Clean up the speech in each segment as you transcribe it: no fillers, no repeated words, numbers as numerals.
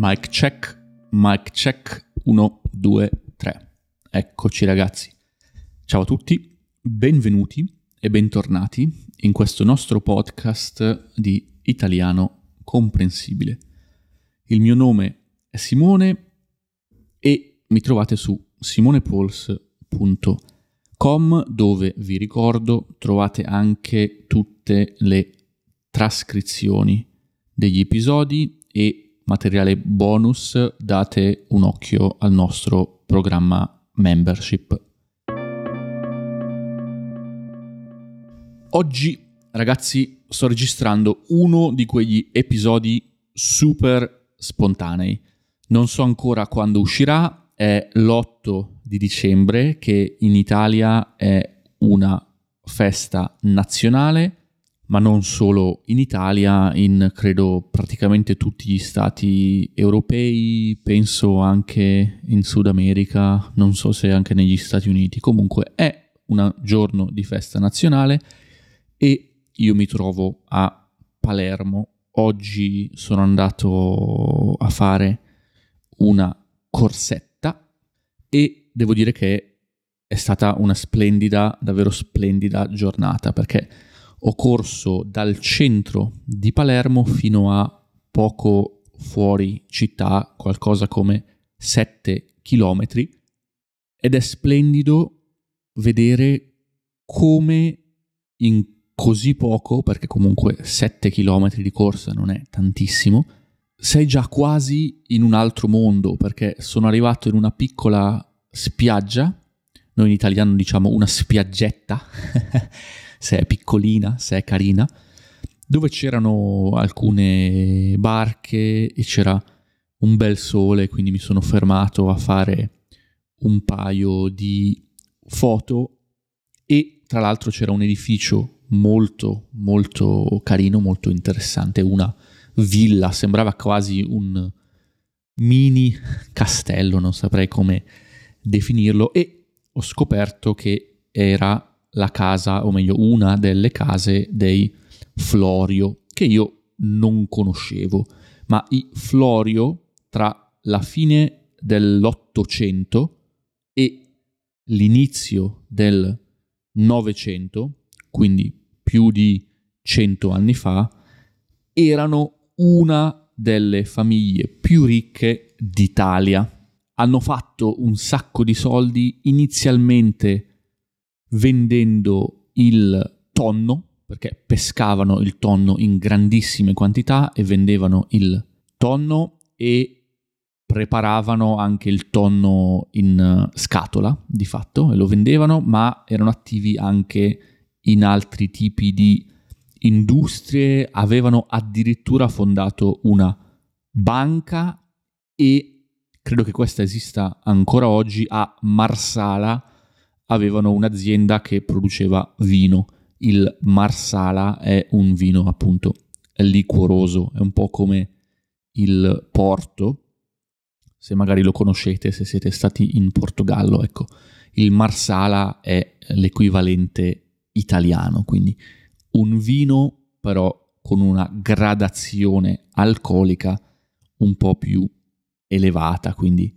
Mic check, 1, 2, 3. Eccoci ragazzi. Ciao a tutti, benvenuti e bentornati in questo nostro podcast di italiano comprensibile. Il mio nome è Simone e mi trovate su simonepols.com, dove vi ricordo trovate anche tutte le trascrizioni degli episodi e materiale bonus. Date un occhio al nostro programma membership. Oggi, ragazzi, sto registrando uno di quegli episodi super spontanei. Non so ancora quando uscirà, è l'8 di dicembre, che in Italia è una festa nazionale, ma non solo in Italia, in credo praticamente tutti gli stati europei, penso anche in Sud America, non so se anche negli Stati Uniti. Comunque è un giorno di festa nazionale e io mi trovo a Palermo. Oggi sono andato a fare una corsetta e devo dire che è stata una splendida, davvero splendida giornata, perché ho corso dal centro di Palermo fino a poco fuori città, qualcosa come 7 chilometri, ed è splendido vedere come in così poco, perché comunque 7 chilometri di corsa non è tantissimo, sei già quasi in un altro mondo, perché sono arrivato in una piccola spiaggia, noi in italiano diciamo una spiaggetta, se è piccolina, se è carina, dove c'erano alcune barche e c'era un bel sole, quindi mi sono fermato a fare un paio di foto e tra l'altro c'era un edificio molto molto carino, molto interessante, una villa, sembrava quasi un mini castello, non saprei come definirlo, e ho scoperto che era la casa, o meglio una delle case dei Florio, che io non conoscevo, ma i Florio tra la fine dell'800 e l'inizio del 900, quindi più di 100 anni fa, erano una delle famiglie più ricche d'Italia. Hanno fatto un sacco di soldi inizialmente vendendo il tonno, perché pescavano il tonno in grandissime quantità e vendevano il tonno, e preparavano anche il tonno in scatola di fatto e lo vendevano, ma erano attivi anche in altri tipi di industrie. Avevano addirittura fondato una banca e credo che questa esista ancora oggi. A Marsala avevano un'azienda che produceva vino. Il Marsala è un vino appunto liquoroso, è un po' come il Porto, se magari lo conoscete, se siete stati in Portogallo. Ecco, il Marsala è l'equivalente italiano, quindi un vino però con una gradazione alcolica un po' più elevata, quindi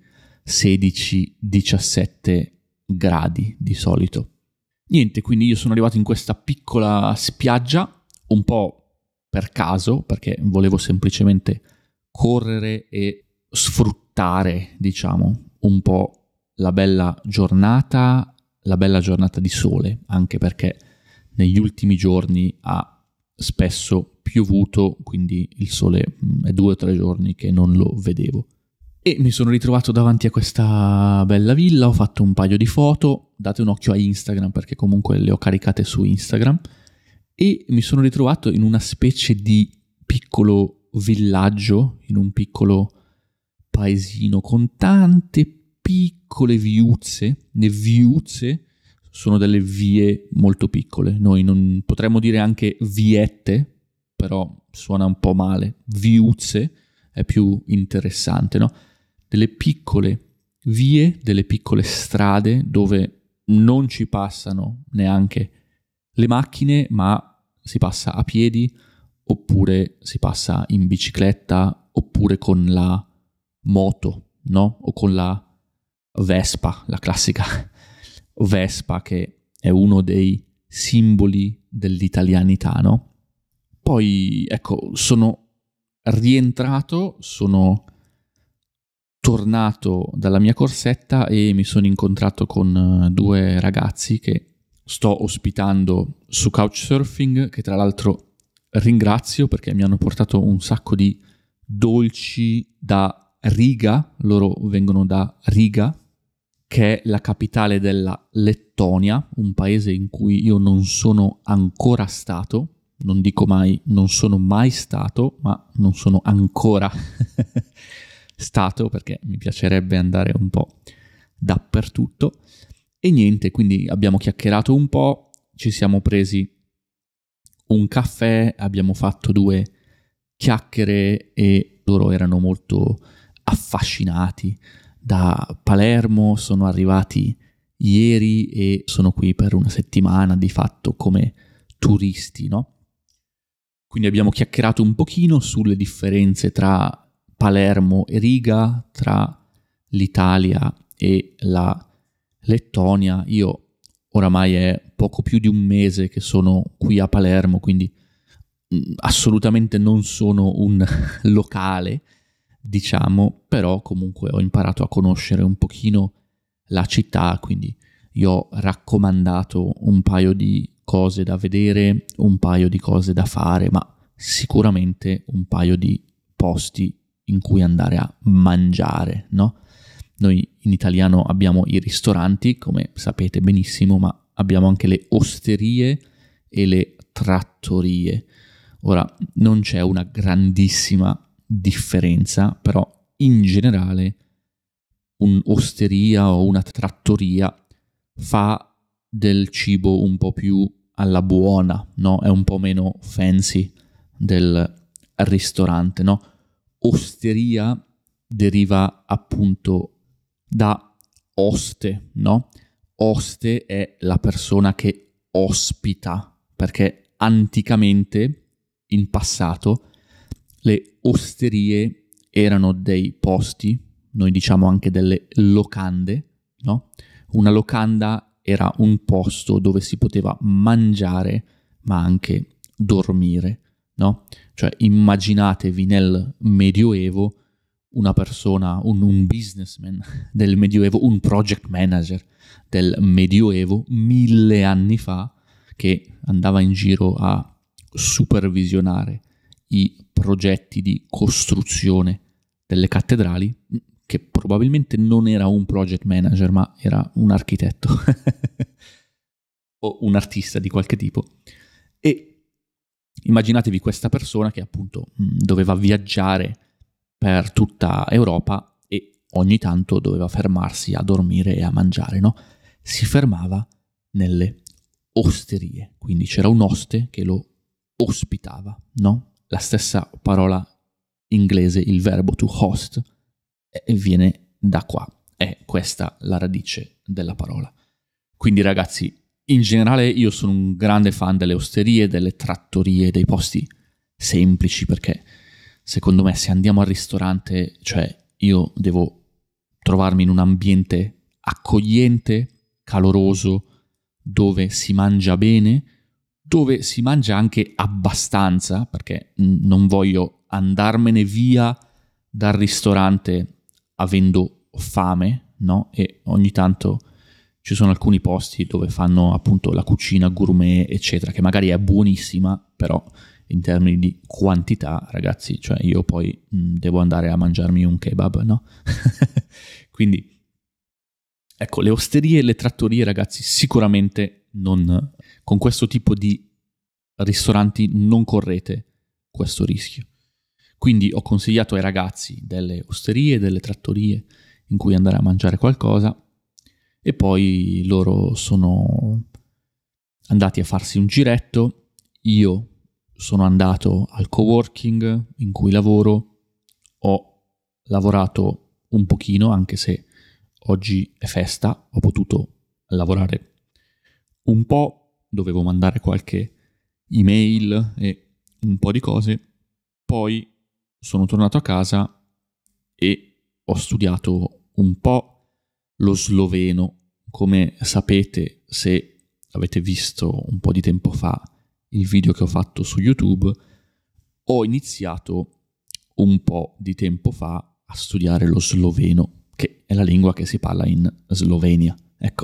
16-17 gradi di solito. Niente, quindi io sono arrivato in questa piccola spiaggia un po' per caso, perché volevo semplicemente correre e sfruttare, diciamo, un po' la bella giornata di sole, anche perché negli ultimi giorni ha spesso piovuto, quindi il sole è 2 o 3 giorni che non lo vedevo. E mi sono ritrovato davanti a questa bella villa, ho fatto un paio di foto, date un occhio a Instagram perché comunque le ho caricate su Instagram, e mi sono ritrovato in una specie di piccolo villaggio, in un piccolo paesino con tante piccole viuzze. Le viuzze sono delle vie molto piccole, noi non potremmo dire anche viette, però suona un po' male, viuzze è più interessante, no? Delle piccole vie, delle piccole strade dove non ci passano neanche le macchine, ma si passa a piedi, oppure si passa in bicicletta, oppure con la moto, no? O con la Vespa, la classica Vespa che è uno dei simboli dell'italianità, no? Poi, ecco, sono rientrato, sono tornato dalla mia corsetta e mi sono incontrato con due ragazzi che sto ospitando su Couchsurfing, che tra l'altro ringrazio perché mi hanno portato un sacco di dolci da Riga. Loro vengono da Riga, che è la capitale della Lettonia, un paese in cui io non sono ancora stato. Non dico mai non sono mai stato, ma non sono ancora stato perché mi piacerebbe andare un po' dappertutto. E niente, quindi abbiamo chiacchierato un po', ci siamo presi un caffè, abbiamo fatto 2 chiacchiere e loro erano molto affascinati da Palermo, sono arrivati ieri e sono qui per una settimana di fatto come turisti, no? Quindi abbiamo chiacchierato un pochino sulle differenze tra Palermo e Riga, tra l'Italia e la Lettonia. Io oramai è poco più di un mese che sono qui a Palermo, quindi assolutamente non sono un locale, diciamo, però comunque ho imparato a conoscere un pochino la città, quindi io ho raccomandato un paio di cose da vedere, un paio di cose da fare, ma sicuramente un paio di posti in cui andare a mangiare, no? Noi in italiano abbiamo i ristoranti, come sapete benissimo, ma abbiamo anche le osterie e le trattorie. Ora, non c'è una grandissima differenza, però in generale un'osteria o una trattoria fa del cibo un po' più alla buona, no? È un po' meno fancy del ristorante, no? Osteria deriva appunto da oste, no? Oste è la persona che ospita, perché anticamente, in passato, le osterie erano dei posti, noi diciamo anche delle locande, no? Una locanda era un posto dove si poteva mangiare, ma anche dormire, no? Cioè immaginatevi nel Medioevo una persona, un businessman del Medioevo, un project manager del Medioevo 1000 anni fa che andava in giro a supervisionare i progetti di costruzione delle cattedrali, che probabilmente non era un project manager, ma era un architetto o un artista di qualche tipo. E immaginatevi questa persona che appunto doveva viaggiare per tutta Europa e ogni tanto doveva fermarsi a dormire e a mangiare, no? Si fermava nelle osterie, quindi c'era un oste che lo ospitava, no? La stessa parola inglese, il verbo to host, viene da qua, è questa la radice della parola. Quindi ragazzi, in generale io sono un grande fan delle osterie, delle trattorie, dei posti semplici, perché secondo me se andiamo al ristorante, cioè io devo trovarmi in un ambiente accogliente, caloroso, dove si mangia bene, dove si mangia anche abbastanza, perché non voglio andarmene via dal ristorante avendo fame, no? E ogni tanto ci sono alcuni posti dove fanno appunto la cucina gourmet, eccetera, che magari è buonissima, però in termini di quantità, ragazzi, cioè io poi devo andare a mangiarmi un kebab, no? Quindi, ecco, le osterie e le trattorie, ragazzi, sicuramente non, con questo tipo di ristoranti non correte questo rischio. Quindi ho consigliato ai ragazzi delle osterie e delle trattorie in cui andare a mangiare qualcosa e poi loro sono andati a farsi un giretto. Io sono andato al coworking in cui lavoro, ho lavorato un pochino, anche se oggi è festa, ho potuto lavorare un po', dovevo mandare qualche email e un po' di cose, poi sono tornato a casa e ho studiato un po' lo sloveno. Come sapete, se avete visto un po' di tempo fa il video che ho fatto su YouTube, ho iniziato un po' di tempo fa a studiare lo sloveno, che è la lingua che si parla in Slovenia. Ecco,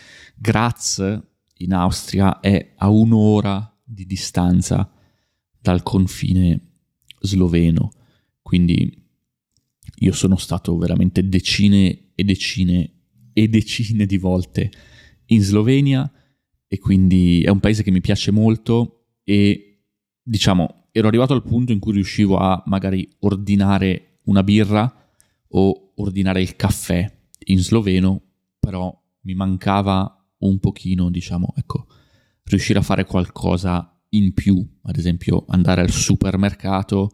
Graz in Austria è a 1 ora di distanza dal confine sloveno, quindi io sono stato veramente decine e decine e decine di volte in Slovenia, e quindi è un paese che mi piace molto, e diciamo ero arrivato al punto in cui riuscivo a magari ordinare una birra o ordinare il caffè in sloveno, però mi mancava un pochino, diciamo, ecco, riuscire a fare qualcosa in più, ad esempio andare al supermercato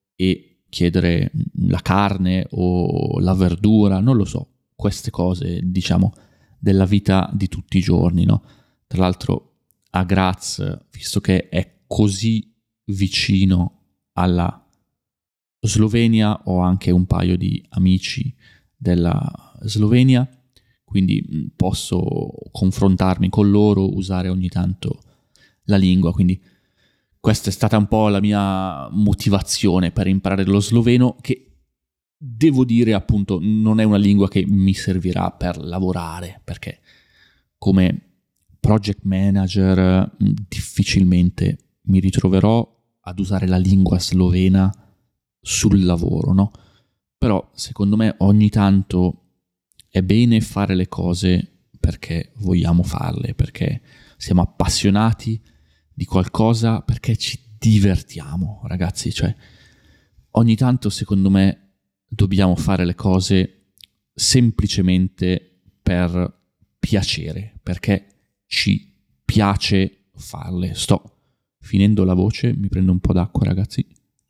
e chiedere la carne o la verdura, non lo so, queste cose, diciamo, della vita di tutti i giorni, no? Tra l'altro a Graz, visto che è così vicino alla Slovenia, ho anche un paio di amici della Slovenia, quindi posso confrontarmi con loro, usare ogni tanto la lingua, quindi questa è stata un po' la mia motivazione per imparare lo sloveno, che devo dire appunto non è una lingua che mi servirà per lavorare, perché come project manager difficilmente mi ritroverò ad usare la lingua slovena sul lavoro, no? Però secondo me ogni tanto è bene fare le cose perché vogliamo farle, perché siamo appassionati di qualcosa, perché ci divertiamo, ragazzi. Cioè, ogni tanto secondo me dobbiamo fare le cose semplicemente per piacere, perché ci piace farle. Sto finendo la voce, mi prendo un po' d'acqua, ragazzi.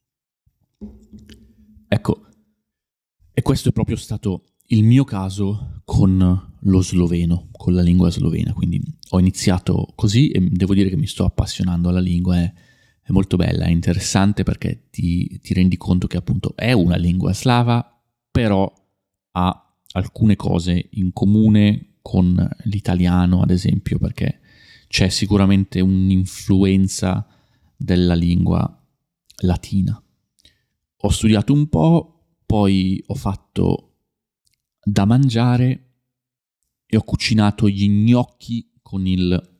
Ecco, e questo è proprio stato il mio caso con lo sloveno, con la lingua slovena. Quindi ho iniziato così e devo dire che mi sto appassionando alla lingua. È molto bella, è interessante, perché ti rendi conto che appunto è una lingua slava, però ha alcune cose in comune con l'italiano, ad esempio, perché c'è sicuramente un'influenza della lingua latina. Ho studiato un po', poi ho fatto da mangiare e ho cucinato gli gnocchi con il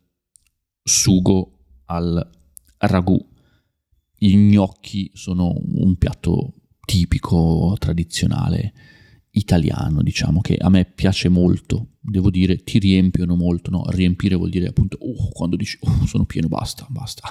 sugo al ragù. Gli gnocchi sono un piatto tipico, tradizionale, italiano, diciamo, che a me piace molto. Devo dire, ti riempiono molto, no? Riempire vuol dire appunto, quando dici, sono pieno, basta.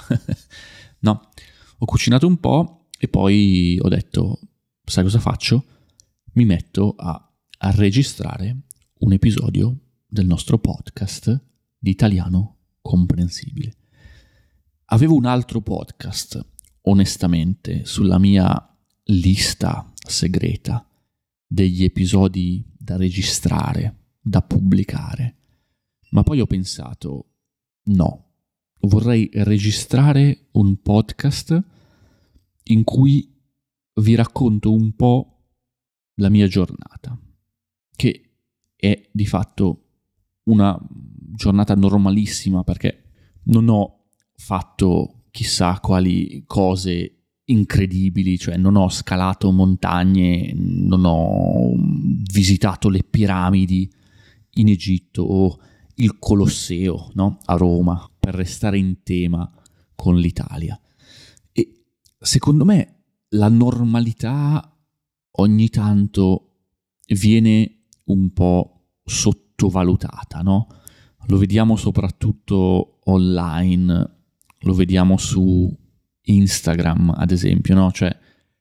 No, ho cucinato un po' e poi ho detto, sai cosa faccio? Mi metto a registrare un episodio del nostro podcast di Italiano Comprensibile. Avevo un altro podcast, onestamente, sulla mia lista segreta degli episodi da registrare, da pubblicare, ma poi ho pensato, no, vorrei registrare un podcast in cui vi racconto un po' la mia giornata, che è di fatto una giornata normalissima, perché non ho fatto chissà quali cose incredibili, cioè non ho scalato montagne, non ho visitato le piramidi in Egitto o il Colosseo, no? A Roma, per restare in tema con l'Italia. E secondo me la normalità ogni tanto viene un po' sottovalutata, no? Lo vediamo soprattutto online, lo vediamo su Instagram, ad esempio, no? Cioè,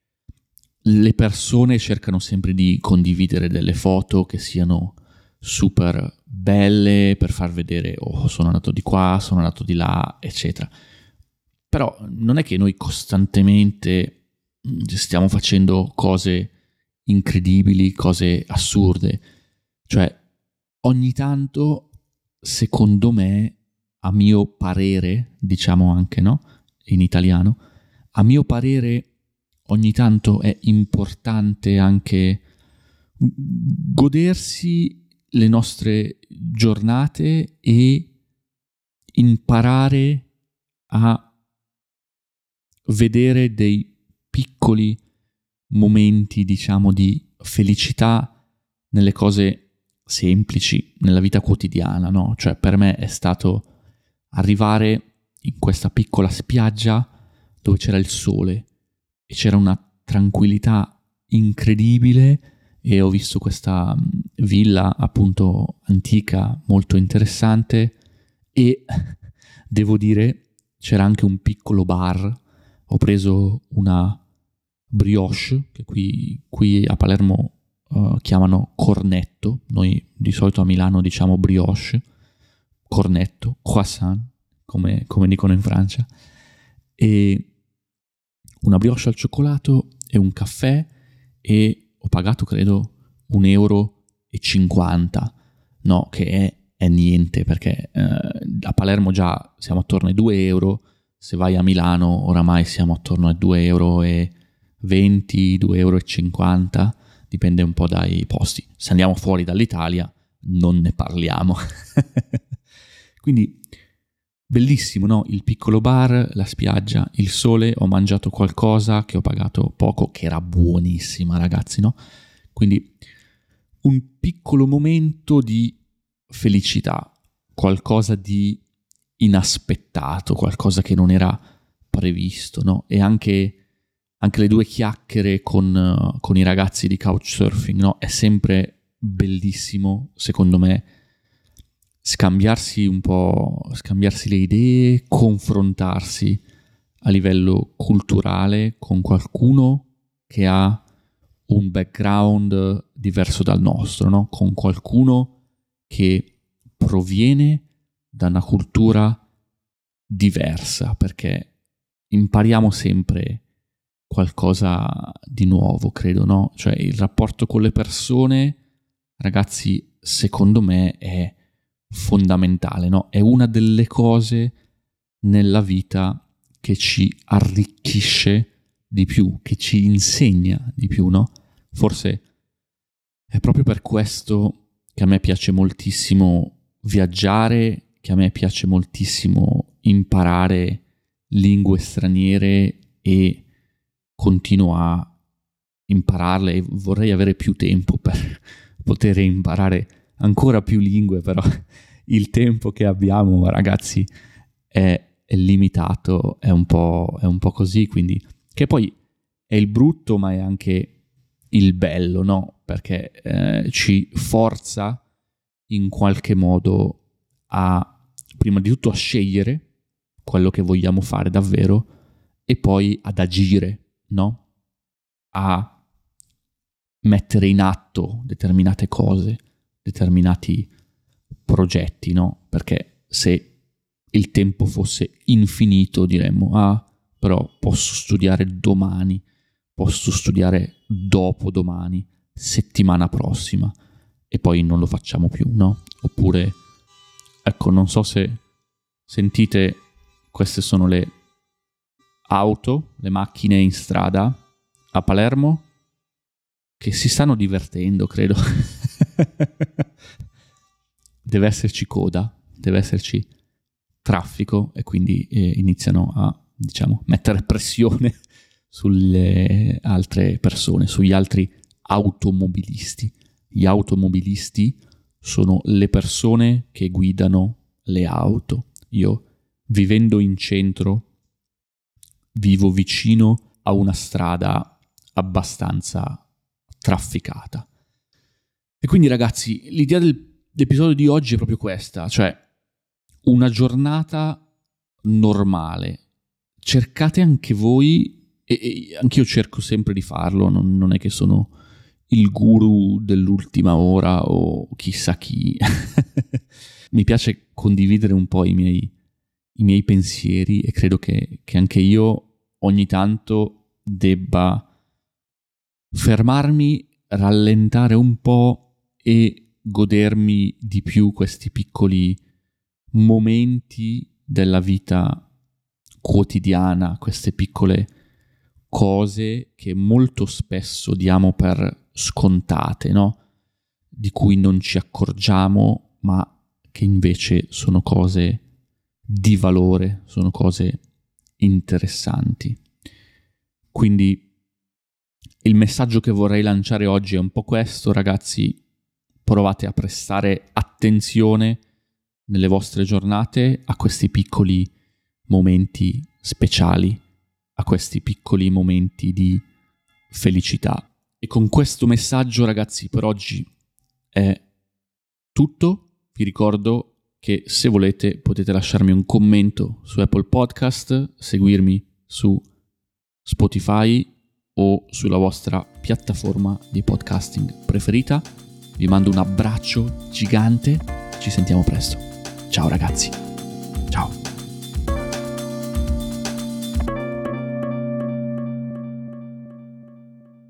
le persone cercano sempre di condividere delle foto che siano super belle per far vedere, sono andato di qua, sono andato di là, eccetera. Però non è che noi costantemente stiamo facendo cose incredibili, cose assurde. Cioè, ogni tanto, secondo me, a mio parere, diciamo anche, no? In italiano, a mio parere ogni tanto è importante anche godersi le nostre giornate e imparare a vedere dei piccoli momenti, diciamo, di felicità nelle cose semplici, nella vita quotidiana, no? Cioè, per me è stato arrivare in questa piccola spiaggia dove c'era il sole e c'era una tranquillità incredibile, e ho visto questa villa appunto antica molto interessante, e devo dire c'era anche un piccolo bar. Ho preso una brioche che qui a Palermo chiamano cornetto, noi di solito a Milano diciamo brioche, cornetto, croissant come dicono in Francia, e una brioche al cioccolato e un caffè, e ho pagato credo 1,50 €, no, che è niente, perché a Palermo già siamo attorno ai 2 euro, se vai a Milano oramai siamo attorno ai 2,20 €, 2,50 €, dipende un po' dai posti. Se andiamo fuori dall'Italia non ne parliamo. Quindi bellissimo, no? Il piccolo bar, la spiaggia, il sole, ho mangiato qualcosa che ho pagato poco, che era buonissima, ragazzi, no? Quindi un piccolo momento di felicità, qualcosa di inaspettato, qualcosa che non era previsto, no? E anche le 2 chiacchiere con i ragazzi di Couchsurfing, no? È sempre bellissimo, secondo me, scambiarsi le idee, confrontarsi a livello culturale con qualcuno che ha un background diverso dal nostro, no? Con qualcuno che proviene da una cultura diversa, perché impariamo sempre qualcosa di nuovo, credo, no? Cioè il rapporto con le persone, ragazzi, secondo me è fondamentale, no? È una delle cose nella vita che ci arricchisce di più, che ci insegna di più, no? Forse è proprio per questo che a me piace moltissimo viaggiare, che a me piace moltissimo imparare lingue straniere, e continuo a impararle, e vorrei avere più tempo per poter imparare ancora più lingue, però il tempo che abbiamo, ragazzi, è limitato, è un po' così, quindi, che poi è il brutto ma è anche il bello, no? Perché ci forza in qualche modo prima di tutto a scegliere quello che vogliamo fare davvero, e poi ad agire, no? A mettere in atto determinate cose, determinati progetti, no? Perché se il tempo fosse infinito diremmo, però posso studiare domani, posso studiare dopodomani, settimana prossima, e poi non lo facciamo più, no? Oppure, ecco, non so se sentite, queste sono le auto, le macchine in strada a Palermo che si stanno divertendo, credo. Deve esserci coda, deve esserci traffico, e quindi iniziano a, diciamo, mettere pressione sulle altre persone, sugli altri automobilisti. Gli automobilisti sono le persone che guidano le auto. Io, vivendo in centro, vivo vicino a una strada abbastanza trafficata. E quindi, ragazzi, l'idea dell'episodio di oggi è proprio questa, cioè una giornata normale. Cercate anche voi, e anch'io cerco sempre di farlo, non è che sono il guru dell'ultima ora o chissà chi. Mi piace condividere un po' i miei pensieri, e credo che anche io ogni tanto debba fermarmi, rallentare un po' e godermi di più questi piccoli momenti della vita quotidiana, queste piccole cose che molto spesso diamo per scontate, no? Di cui non ci accorgiamo, ma che invece sono cose di valore, sono cose interessanti. Quindi il messaggio che vorrei lanciare oggi è un po' questo, ragazzi: provate a prestare attenzione nelle vostre giornate a questi piccoli momenti speciali, a questi piccoli momenti di felicità. E con questo messaggio, ragazzi, per oggi è tutto. Vi ricordo che se volete potete lasciarmi un commento su Apple Podcast, seguirmi su Spotify o sulla vostra piattaforma di podcasting preferita. Vi mando un abbraccio gigante, ci sentiamo presto. Ciao ragazzi, ciao.